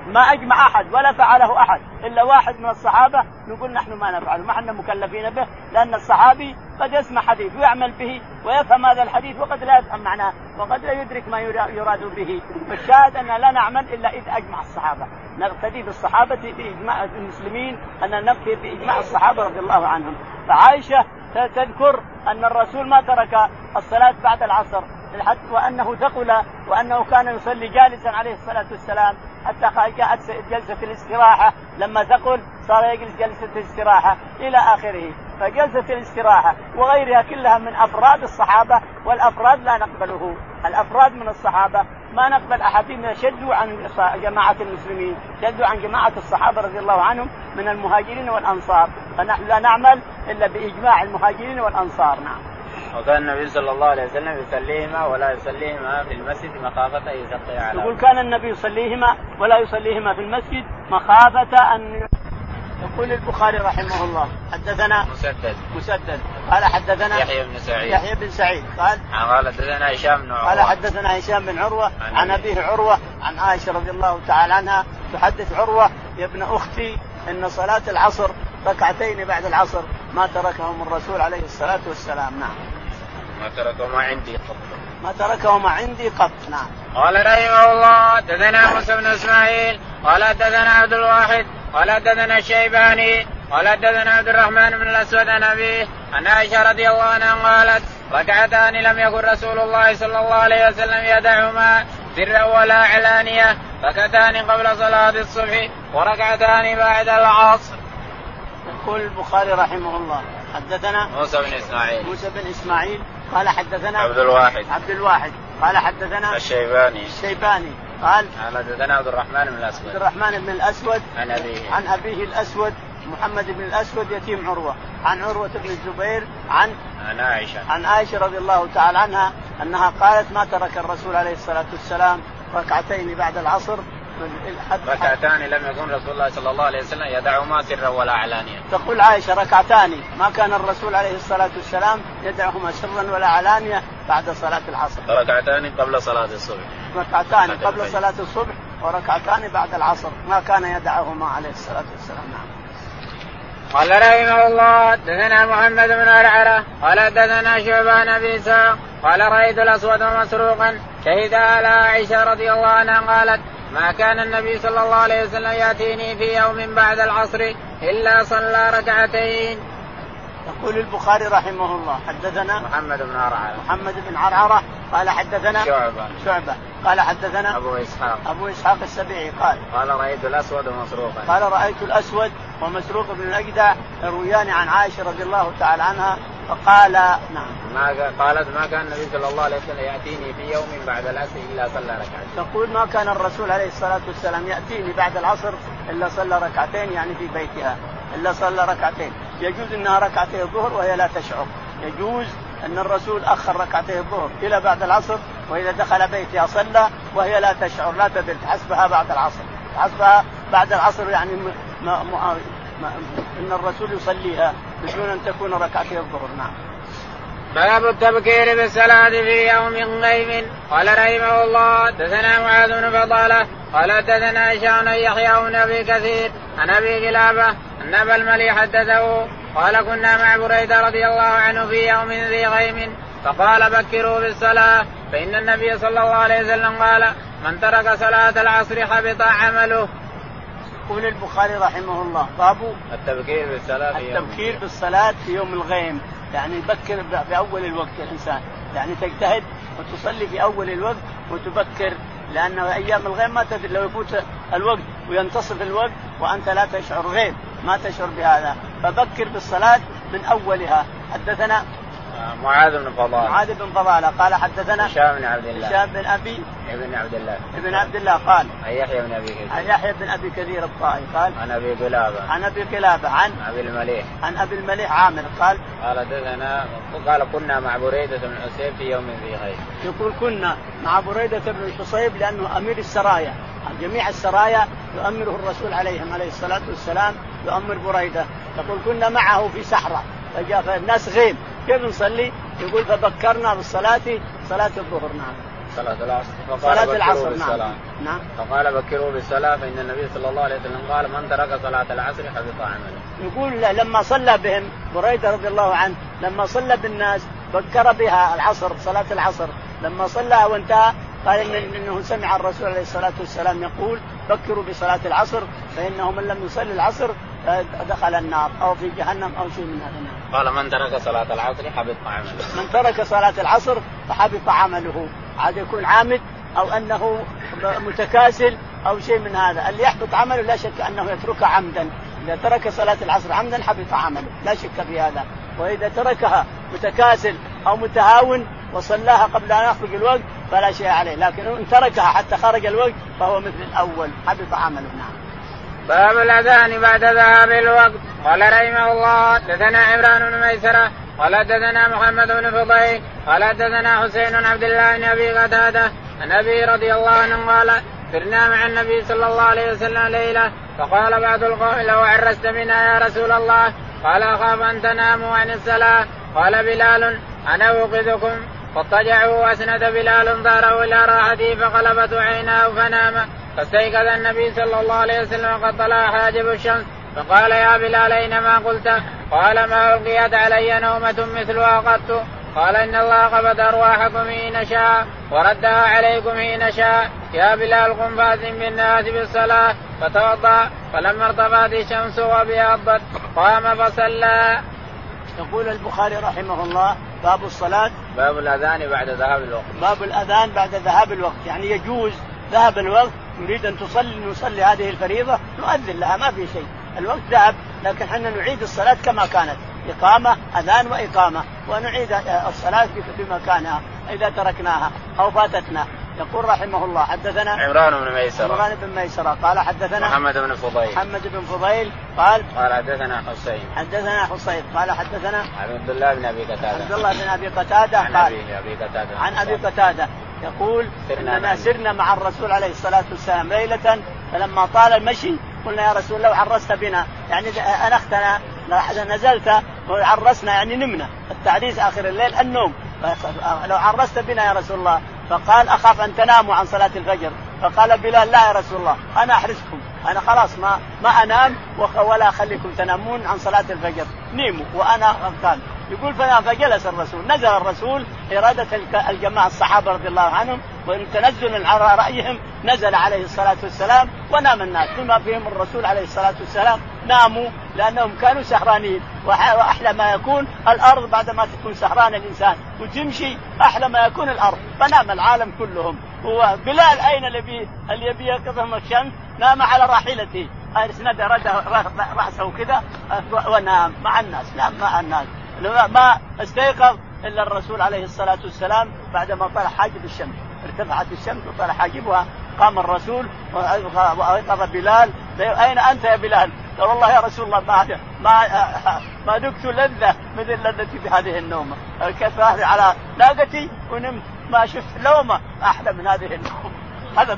ما أجمع أحد ولا فعله أحد إلا واحد من الصحابة نقول نحن ما نفعله، ما احنا مكلفين به، لأن الصحابي قد يسمع حديث ويعمل به ويفهم هذا الحديث وقد لا يفهم معناه وقد لا يدرك ما يراد به. فالشاهد أن لا نعمل إلا إذا أجمع الصحابة، نقتدي بالصحابة بإجماع المسلمين، أن نقتدي بإجماع الصحابة رضي الله عنهم. فعائشة تذكر أن الرسول ما ترك الصلاة بعد العصر وأنه ثقل وأنه كان يصلي جالسا عليه الصلاة والسلام حتى جاءت جلسة الاستراحة، لما ثقل صار يجلس جلسة الاستراحة إلى آخره. فجلسة الاستراحة وغيرها كلها من أفراد الصحابة، والأفراد لا نقبله، الأفراد من الصحابة ما نقبل أحدهم شدوا عن جماعة المسلمين، شدوا عن جماعة الصحابة رضي الله عنهم من المهاجرين والأنصار، فنحن لا نعمل إلا بإجماع المهاجرين والأنصار. نعم. وكان النبي صلى الله عليه وسلم يصليهما ولا يصليهما في المسجد مخافة أن يسقي على. يقول كان النبي يصليهما ولا يصليهما في المسجد مخافة أن. يقول البخاري رحمه الله حدثنا مسدد قال حدثنا يحيى بن سعيد قال حدثنا هشام بن عروة قال حدثنا هشام بن عروة عن أبيه عروة عن عائشة رضي الله تعالى عنها تحدث عروة يا ابن أختي إن صلاة العصر ركعتين بعد العصر ما تركهم الرسول عليه الصلاة والسلام. نعم. ما تركهما عندي قط. نعم. قال رحمه الله حدثنا موسى بن اسماعيل قال حدثنا عبد الواحد قال حدثنا الشيباني قال حدثنا عبد الرحمن بن الاسود عن ابيه عن عائشة رضي الله عنها قالت ركعتان لم يكن رسول الله صلى الله عليه وسلم يدعهما سرا ولا علانية، ركعتان قبل صلاة الصبح وركعتان بعد العصر. يقول البخاري رحمه الله حدثنا موسى بن إسماعيل قال حدثنا عبد الواحد قال حدثنا الشيباني قال حدثنا عبد الرحمن بن الأسود عن أبيه الأسود محمد بن الأسود يتيم عروة عن عروة بن الزبير عن عائشة رضي الله تعالى عنها أنها قالت ما ترك الرسول عليه الصلاة والسلام ركعتين بعد العصر ركعتان لم يكن رسول الله صلى الله عليه وسلم يدعهما سرا ولا علانية. تقول عائشة ركعتان ما كان الرسول عليه الصلاة والسلام يدعهما سرا ولا علانية بعد صلاة العصر. ركعتان قبل صلاة الصبح وركعتان بعد العصر ما كان يدعهما عليه الصلاة والسلام. نعم. قال رحمه الله حدثنا محمد بن عرعرة قال حدثنا شعبان بن إسحاق قال رأيت الأسود مسروقا شهد على عائشة رضي الله عنها قالت ما كان النبي صلى الله عليه وسلم يأتيني في يوم بعد العصر إلا صلى ركعتين. يقول البخاري رحمه الله حدثنا محمد بن عرعرة قال حدثنا شعبة قال حدثنا أبو إسحاق السبيعي قال رأيت الأسود ومسروقا قال رأيت الأسود ومسروق بن الأجدع يرويان عن عائشة رضي الله تعالى عنها فقال نعم قالت ما كان النبي صلى الله عليه وسلم يأتيني في يوم بعد العصر إلا صلى ركعتين. تقول ما كان الرسول عليه الصلاة والسلام يأتيني بعد العصر إلا صلى ركعتين يعني في بيتها إلا صلى ركعتين. يجوز أنها ركعتي الظهر وهي لا تشعر، يجوز أن الرسول أخر ركعتي الظهر إلى بعد العصر وإذا دخل بيتها صلى وهي لا تشعر لا تدري حسبها بعد العصر، حسبها بعد العصر يعني إن الرسول يصليها بدون أن تكون ركعتي الظهر. نعم. باب التبكير بالصلاة في يوم غيم. قال رحمه الله حدثنا معاذ بن فضالة قال حدثنا هشام يحيى بن أبي كثير عن أبي قلابة أن أبا المليح حدثه قال كنا مع بريدة رضي الله عنه في يوم ذي غيم فقال بكروا بالصلاة فإن النبي صلى الله عليه وسلم قال من ترك صلاة العصر حبط عمله. يقول البخاري رحمه الله باب التبكير بالصلاة في يوم الغيم، يعني يبكر في أول الوقت الإنسان، يعني تجتهد وتصلي في أول الوقت وتبكر، لأن أيام الغيم ما تدري لو يفوت الوقت وينتصف الوقت وأنت لا تشعر غيم ما تشعر بهذا، فبكر بالصلاة من أولها. حدثنا معاذ بن فضالة قال حدثنا هشام بن أبي ابن عبد الله قال عن يحيى بن أبي كثير الطائي قال عن أبي قلابة عن أبي المليح عامر قال كنا مع بريدة بن الحصيب في يوم ذي غيم. يقول كنا مع بريدة بن الحصيب لأنه أمير السرايا، جميع السرايا يؤمره الرسول عليه الصلاة والسلام يؤمر بريدة. يقول كنا معه في سحرة فجاء الناس غيم كيف نصلي؟ يقول فبكرنا بالصلاة صلاة الظهر. نعم. صلاة العصر نعم. فقال بكروا بالصلاة فإن النبي صلى الله عليه وسلم قال من ترك صلاة العصر حبط عمله. يقول لما صلى بهم بريدة رضي الله عنه لما صلى بالناس بكر بها العصر صلاة العصر لما صلى وانتهى قال إنه سمع الرسول عليه الصلاة والسلام يقول بكروا بصلاة العصر فإنه من لم يصلي العصر دخل النار أو في جهنم أو شيء من هذا. قال من ترك صلاة العصر حبط عمله. من ترك صلاة العصر فحبط عمله. عاد يكون عامد أو أنه متكاسل أو شيء من هذا. اللي يحبط عمله لا شك أنه يتركها عمدا. إذا ترك صلاة العصر عمدا حبط عمله لا شك في هذا. وإذا تركها متكاسل أو متهاون وصلاها قبل أن يخرج الوقت فلا شيء عليه. لكن إن تركها حتى خرج الوقت فهو مثل الأول حبط عمله. نعم. باب الأذان بعد ذهاب الوقت. قال رحمه الله حدثنا عمران بن ميسرة قال حدثنا محمد بن فضيل قال حدثنا حسين بن عبد الله بن أبي قتادة عن أبي رضي الله عنه قال سرنا مع النبي صلى الله عليه وسلم ليلة فقال بعض القوم لو عرست بنا يا رسول الله قال أخاف أن تناموا عن الصلاة. قال بلال أنا أوقظكم فاضطجعوا وأسند بلال ظهره إلى راحته فقلبت عيناه فنام فاستيقظ النبي صلى الله عليه وسلم قد طلع حاجب الشمس فقال يا بلال أينما قلت؟ قال ما ألقيت علي نومة مثلها قط. قال إن الله قبض أرواحكم حين شاء وردها عليكم حين شاء. يا بلال قم فأذن بالناس بالصلاة فتوضأ فلما ارتفعت الشمس وابيضت قام فصلى. يقول البخاري رحمه الله باب الصلاة باب الأذان بعد ذهاب الوقت. باب الأذان بعد ذهاب الوقت يعني يجوز ذهب الوقت نريد أن نصلي هذه الفريضة نؤذن لها ما في شيء. الوقت ذهب لكن حنا نعيد الصلاة كما كانت إقامة أذان وإقامة ونعيد الصلاة بمكانها إذا تركناها أو فاتتنا. يقول رحمه الله حدثنا عمران بن ميسرة قال حدثنا محمد بن فضيل قال حدثنا حسين قال حدثنا عبد الله بن أبي قتادة عن أبي قتادة يقول إننا سرنا مع الرسول عليه الصلاة والسلام ليلة فلما طال المشي قلنا يا رسول الله عرست بنا يعني أنختنا نزلت وعرسنا يعني نمنا. التعريس آخر الليل النوم لو عرست بنا يا رسول الله. فقال أخاف أن تناموا عن صلاة الفجر. فقال بلال لا يا رسول الله أنا أحرسكم أنا خلاص ما أنام ولا أخليكم تنامون عن صلاة الفجر نيموا وأنا أغتال. يقول فجلس الرسول نزل الرسول إرادة الجماعة الصحابة رضي الله عنهم وتنزل على رأيهم نزل عليه الصلاة والسلام ونام الناس بما فيهم الرسول عليه الصلاة والسلام ناموا لأنهم كانوا سهرانين. وأحلى ما يكون الأرض بعدما تكون سهران الإنسان وتمشي أحلى ما يكون الأرض فنام العالم كلهم. هو بلال أين اللي يبي يقظهم الشمس نام على راحلته أسند رأسه كذا ونام مع الناس نام مع الناس ما استيقظ إلا الرسول عليه الصلاة والسلام بعدما طلع حاجب الشمس ارتفعت الشمس وطلع حاجبها. قام الرسول وأيقظ بلال أين أنت يا بلال؟ قال والله يا رسول الله ما ذقت لذة مثل لذتي بهذه النومة كفاها على ناقتي ونمت ما شفت لومة أحلى من هذه النومة. هذا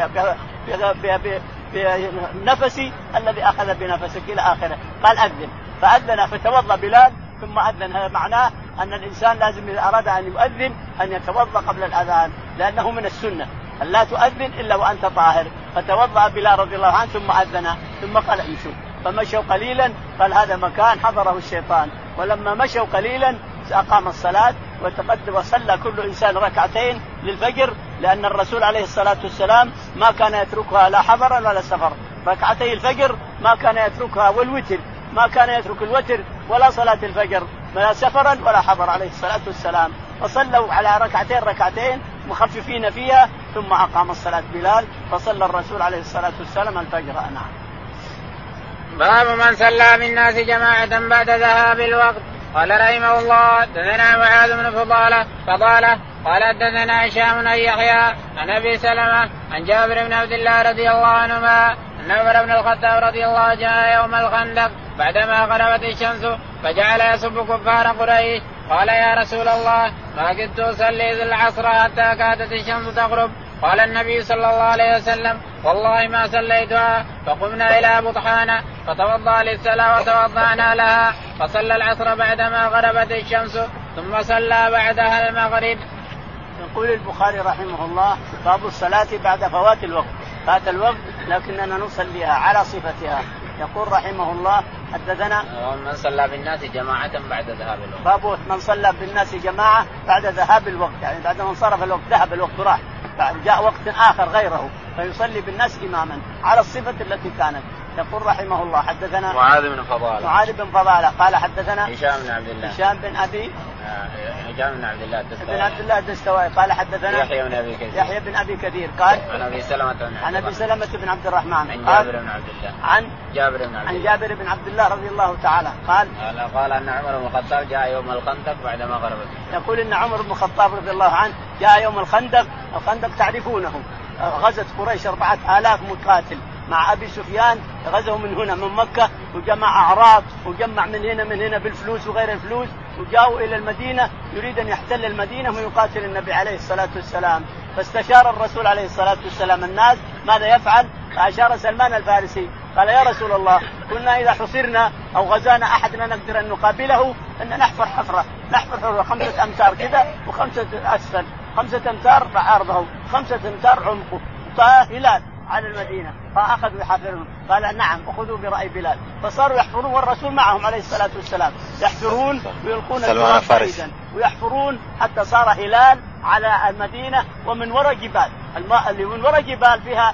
بنفسي الذي أخذ بنفسك إلى آخره. قال أذن فأذن فتوضأ بلال ثم أذن. هذا معناه أن الإنسان لازم إذا أراد أن يؤذن أن يتوضأ قبل الأذان لأنه من السنة أن لا تؤذن إلا وأنت طاهر. فتوضأ بلال رضي الله عنه ثم أذن ثم قال امشوا فمشوا قليلا قال هذا مكان حضره الشيطان. ولما مشوا قليلا أقام الصلاة وتقدم وصلى كل إنسان ركعتين للفجر لأن الرسول عليه الصلاة والسلام ما كان يتركها لا حضرا ولا سفر. ركعتي الفجر ما كان يتركها والوتر ما كان يترك الوتر ولا صلاة الفجر لا سفرا ولا حضر عليه الصلاة والسلام. فصلوا على ركعتين مخففين فيها ثم أقام الصلاة بلال فصلى الرسول عليه الصلاة والسلام الفجر. نعم. باب من صلى بالناس جماعة بعد ذهاب الوقت. قال رحمه الله حدثنا معاذ بن فضالة قال حدثنا هشام بن يحيى عن أبي سلمة عن جابر بن عبد الله رضي الله عنهما أن عمر بن الخطاب رضي الله عنه جاء يوم الخندق بعدما غربت الشمس فجعل يسب كفار قريش. قال يا رسول الله ما كنت أصلي العصر حتى كادت الشمس تغرب. قال النبي صلى الله عليه وسلم والله ما صليتها. فقمنا إلى بطحان فتوضأ للصلاة وتوضأنا لها فصلى العصر بعدما غربت الشمس ثم صلى بعدها المغرب. يقول البخاري رحمه الله باب الصلاة بعد فوات الوقت. فات الوقت لكننا نصليها على صفتها. يقول رحمه الله حدثنا من صلى بالناس جماعة بعد ذهاب الوقت. باب من صلى بالناس جماعة بعد ذهاب الوقت، يعني بعد ما انصرف الوقت ذهب الوقت راح، بعد جاء وقت آخر غيره فيصلي بالناس إماما على الصفة التي كانت. يقول رحمه الله حدثنا معاذ بن فضالة قال حدثنا هشام بن عبد الله الدستوائي قال حدثنا يحيى بن أبي كثير قال عن أبي سلمة بن عبد الرحمن عن جابر بن عبد الله رضي الله تعالى قال أن عمر بن الخطاب جاء يوم الخندق بعدما غربت. يقول إن عمر بن الخطاب رضي الله عنه جاء يوم الخندق تعرفونه، غزت قريش 4000 مقاتل مع أبي سفيان، غزوا من هنا من مكة وجمع أعراض وجمع من هنا بالفلوس وغير الفلوس، وجاءوا إلى المدينة يريد أن يحتل المدينة ويقاتل النبي عليه الصلاة والسلام. فاستشار الرسول عليه الصلاة والسلام الناس ماذا يفعل، فأشار سلمان الفارسي قال يا رسول الله كنا إذا حصرنا أو غزانا أحدنا نقدر أن نقابله أن نحفر حفرة 5 أمتار كذا و5 أسفل، 5 أمتار بعرضه 5 أمتار عمقه هلال على المدينة، فأخذوا يحفرون. قال نعم أخذوا برأي بلال، فصاروا يحفرون والرسول معهم عليه الصلاة والسلام، يحفرون ويلقون التراب بعيدا ويحفرون حتى صار هلال على المدينة ومن وراء جبال، الماء اللي من وراء جبال فيها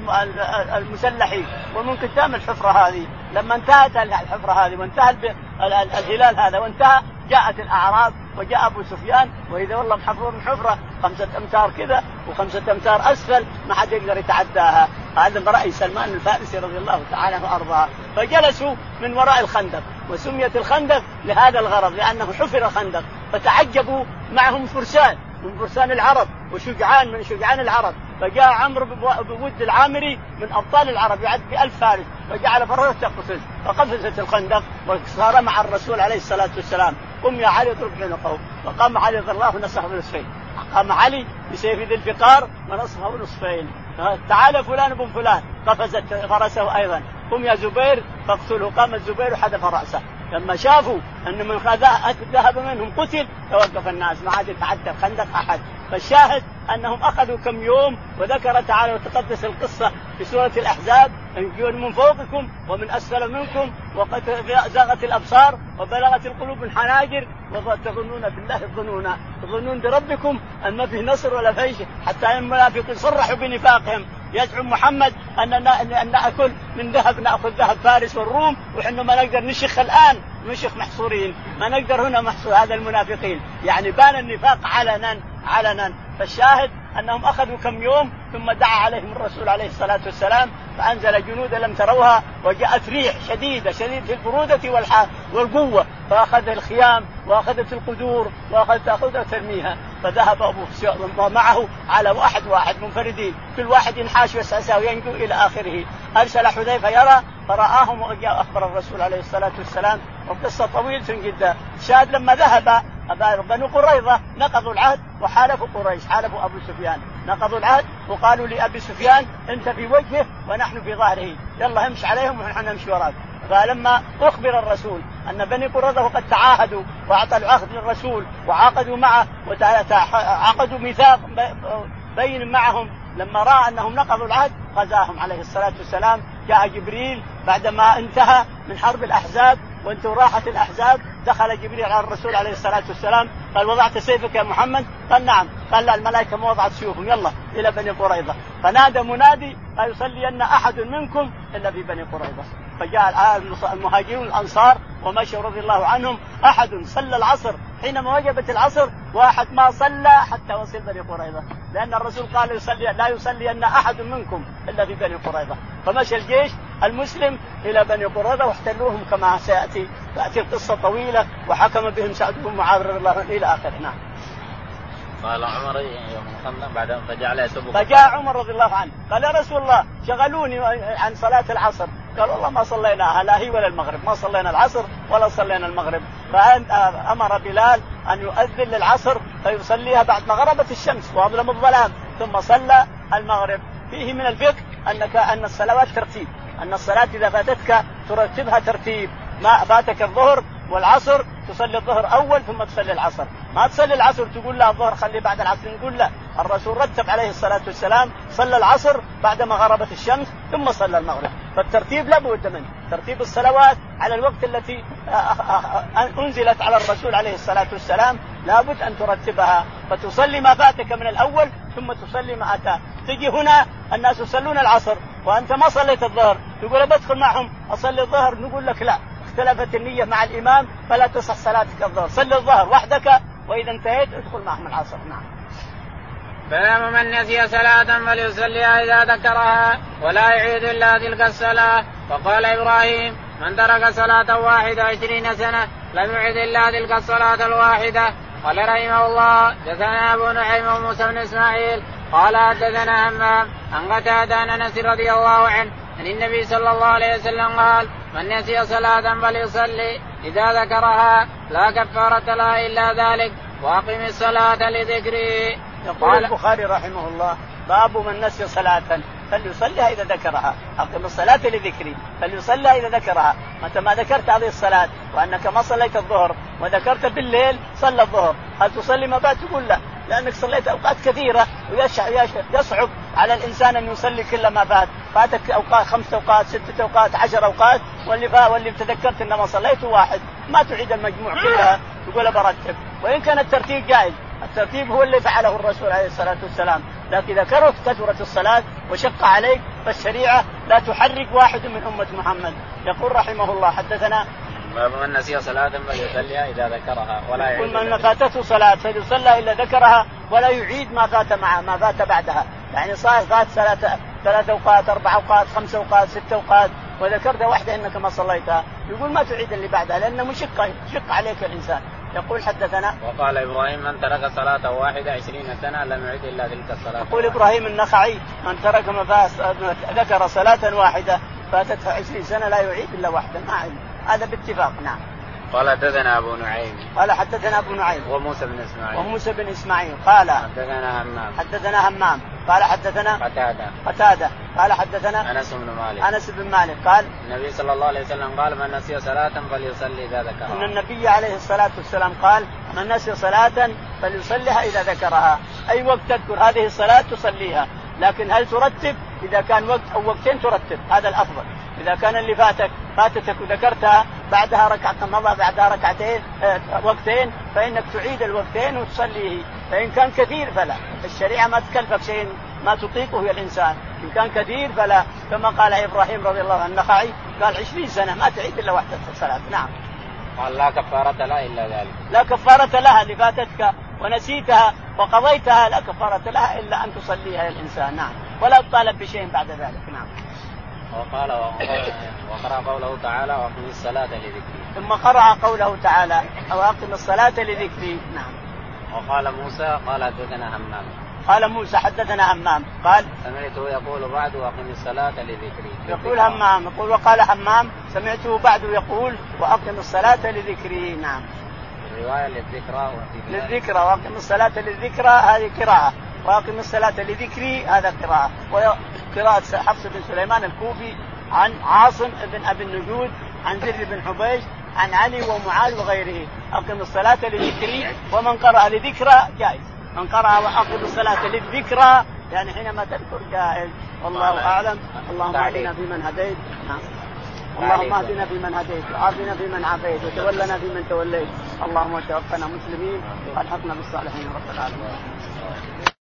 المسلحين، ومن قدام الحفرة هذه. لما انتهت الحفرة هذه وانتهى الهلال هذا وانتهى، جاءت الأعراب وجاء أبو سفيان وإذا والله محفرون حفرة 5 أمتار كذا و5 أمتار أسفل ما حد يقدر يتعداها. هذا برأي سلمان الفارسي رضي الله تعالى وأرضاه. فجلسوا من وراء الخندق، وسميت الخندق لهذا الغرض لأنه حفر خندق. فتعجبوا معهم فرسان من فرسان العرب وشجعان من شجعان العرب، فجاء عمرو بود العامري من أبطال العرب يعد ب1000 فارس، فجعل فرسه تقفز فقفزت الخندق وصار مع الرسول عليه الصلاة والسلام. قم يا علي اضرب عنقه، فقام علي رضي الله نصفه نصفين، قام علي بسيف ذي الفقار ونصفه نصفين. تعال فلان بن فلان، قفزت فرسه أيضا. قم يا زبير فاقتله، قام الزبير وحذف رأسه. لما شافوا أن من ذهب منهم قتل توقف الناس، ما عاد يتعدى الخندق أحد. فالشاهد أنهم أخذوا كم يوم، وذكر تعالى وتقدس القصة في سورة الأحزاب من فوقكم ومن أسفل منكم وقد زاغت الأبصار وبلغت القلوب الحناجر وتظنون بالله الظنون، تظنون بربكم أن ما فيه نصر ولا فيش، حتى أن المنافقين صرحوا بنفاقهم. يزعم محمد أن نأكل من ذهب، نأخذ ذهب فارس والروم، وإحنا ما نقدر نشخ الآن، نشخ محصورين، ما نقدر هنا محصور. هذا المنافقين يعني بان النفاق علنا. فالشاهد أنهم أخذوا كم يوم ثم دعا عليهم الرسول عليه الصلاة والسلام فأنزل جنودا لم تروها، وجاءت ريح شديدة البرودة والقوة، فأخذ الخيام وأخذت القدور وأخذت ترميها. فذهب أبو سفيان ومعه على واحد منفردين، كل واحد ينحاش ويسعسى وينجو إلى آخره. أرسل حذيفة يرى فرآهم وجاء أخبر الرسول عليه الصلاة والسلام. وقصة طويلة جدا. شاهد لما ذهب بنو قريظة نقضوا العهد وحالفوا قريش، حالفوا أبو سفيان، نقضوا العهد وقالوا لأبي سفيان أنت في وجهه ونحن في ظهره، يلا همش عليهم ونحن نمشي وراك. فلما أخبر الرسول أن بني قريظة قد تعاهدوا وأعطوا العهد للرسول وعاقدوا معه وعقدوا ميثاق بين معهم، لما رأى أنهم نقضوا العهد غزاهم عليه الصلاة والسلام. جاء جبريل بعدما انتهى من حرب الأحزاب وانتم راحت الأحزاب، دخل جبريل على الرسول عليه الصلاة والسلام قال وضعت سيفك يا محمد؟ قال نعم. قال لا الملائكة ما وضعت سيوفهم، يلا إلى بني قريظة. فنادى منادي لا يصلين أحد منكم إلا في بني قريظة. فجاء المهاجرون الأنصار ومشوا رضي الله عنهم، أحد صلى العصر حينما وجبت العصر، واحد ما صلى حتى وصل بني قريظة، لأن الرسول قال لا يصلين أحد منكم إلا في بني قريظة. فمشى الجيش المسلم إلى بني قريظة واحتلوهم كما سيأتي، تأتي القصة طويلة، وحكم بهم سعد بن معاذ رضي الله عنه إلى آخره. نعم. قال عمر يوم الخندق بعد فجاء عمر رضي الله عنه قال يا رسول الله شغلوني عن صلاة العصر. قال والله ما صليناها لا هي ولا المغرب، ما صلينا العصر ولا صلينا المغرب. فأمر بلال أن يؤذن للعصر فيصليها بعد ما غربت الشمس وأظلم الظلام، ثم صلى المغرب. فيه من الفقه أن الصلوات ترتيب، أن الصلاة إذا فاتتك ترتبها ترتيب. ما فاتك الظهر والعصر تصلي الظهر أول ثم تصلي العصر. ما تصلي العصر تقول لا الظهر خلي بعد العصر، نقول لا، الرسول رتب عليه الصلاة والسلام صلى العصر بعدما غربت الشمس ثم صلى المغرب. فالترتيب لابد منه، ترتيب الصلوات على الوقت التي أنزلت على الرسول عليه الصلاة والسلام لابد أن ترتبها، فتصلي ما فاتك من الأول ثم تصلي ما أتى. تجي هنا الناس يصلون العصر وأنت ما صليت الظهر، تقول بدخل معهم أصلي الظهر، نقول لك لا، اختلفت النية مع الإمام فلا تصح صلاتك الظهر، صلي الظهر وحدك وإذا انتهيت ادخل معهم العصر. نعم. باب من نسي صلاة فليصليها إذا ذكرها ولا يعيد إلا تلك الصلاة. وقال إبراهيم من ترك صلاة واحدة 20 سنة لم يعد إلا تلك الصلاة الواحدة. قال رحمه الله حدثنا أبو نعيم وموسى بن إسماعيل قال حدثنا همام عن قتادة عن أنس رضي الله عنه عن النبي صلى الله عليه وسلم قال من نسي صلاة فليصلي إذا ذكرها لا كفارة لها إلا ذلك وأقم الصلاة لذكره. يقول البخاري رحمه الله باب من نسي صلاة فليصليها إذا ذكرها، أقم الصلاة لذكري، فليصليها إذا ذكرها. متى ما ذكرت هذه الصلاة وأنك ما صليت الظهر وذكرت بالليل صلى الظهر، هل تصلي ما بعد؟ تقول لا، لأنك صليت أوقات كثيرة ويصعب على الإنسان أن يصلي كل ما فات، فاتك أوقات 5 أوقات 6 أوقات 10 أوقات، واللي تذكرت إنما صليت واحد ما تعيد المجموع كلها تقول برتب. وإن كان الترتيب جائز، الترتيب هو اللي فعله الرسول عليه الصلاة والسلام، لكن إذا كثرت الصلاة وشق عليك فالشريعة لا تحرك واحد من أمة محمد. يقول رحمه الله حدثنا باب من نسي صلاة فليصليها إذا ذكرها ولا يعيد. كل من فاتته صلاة فليصلى إلا ذكرها ولا يعيد ما فات بعدها. يعني فات 3 أوقات 4 أوقات 5 أوقات 6 أوقات وذكرت واحدة إنك ما صليتها، يقول ما تعيد اللي بعدها لأنه مشق عليك الإنسان. يقول حدثنا وقال إبراهيم من ترك صلاة واحدة 20 سنة لم يعد إلا تلك الصلاة. يقول إبراهيم النخعي من ترك ذكر صلاة واحدة فاتته 20 سنة لا يعيد إلا واحدة، ما عيد. هذا باتفاق. نعم. قال حدثنا أبو نعيم قال حدثنا أبو نعيم وموسى بن إسماعيل قال حدثنا همام قال حدثنا قتادة قال حدثنا أنس بن مالك قال النبي صلى الله عليه وسلم قال من نسي صلاة فليصلي إذا ذكرها. أن النبي عليه الصلاة والسلام قال من نسي صلاة فليصليها إذا ذكرها، أي وقت تذكر هذه الصلاة تصليها، لكن هل ترتب؟ إذا كان وقت أو وقتين ترتب، هذا الأفضل. إذا كان اللي فاتتك وذكرتها بعدها ركعة مضى بعدها ركعتين وقتين فإنك تعيد الوقتين وتصليه. فإن كان كثير فلا، الشريعة ما تكلفك شيء ما تطيقه يا الإنسان. إن كان كثير فلا، كما قال إبراهيم رضي الله عنه النخعي قال 20 سنة ما تعيد إلا واحدة الصلاة. نعم. قال لا كفارة لها إلا ذلك. لا كفارة لها اللي فاتتك ونسيتها وقضيتها، لا كفارة لها إلا أن تصليها يا الإنسان. نعم. ولا تطالب بشيء بعد ذلك. نعم. وقال وقرأ قوله تعالى وأقم الصلاة لذكري. ثم قرأ قوله تعالى وأقم الصلاة لذكري. نعم. وقال موسى قال حدثنا همام. قال موسى حدثنا همام قال سمعته يقول بعد وأقم الصلاة لذكري. يقول همام يقول وقال همام سمعته بعد يقول وأقم الصلاة لذكري. نعم. الرواية للذكرى وأقم الصلاة للذكرى هذه قراءة، وأقم الصلاة لذكري هذا قراءة. وقراءة حفص بن سليمان الكوفي عن عاصم بن أبي النجود عن زر بن حبيش عن علي ومعاذ وغيره أقم الصلاة لذكري. ومن قرأ لذكرى جائز، من قرأ وأقم الصلاة للذكرى يعني حينما تذكر جائز. والله أعلم. اللهم اهدنا فيمن هديت، اللهم اهدنا فيمن هديت وعافنا فيمن عافيت وتولنا فيمن توليت، اللهم توفنا مسلمين والحقنا بالصالحين رب العالمين.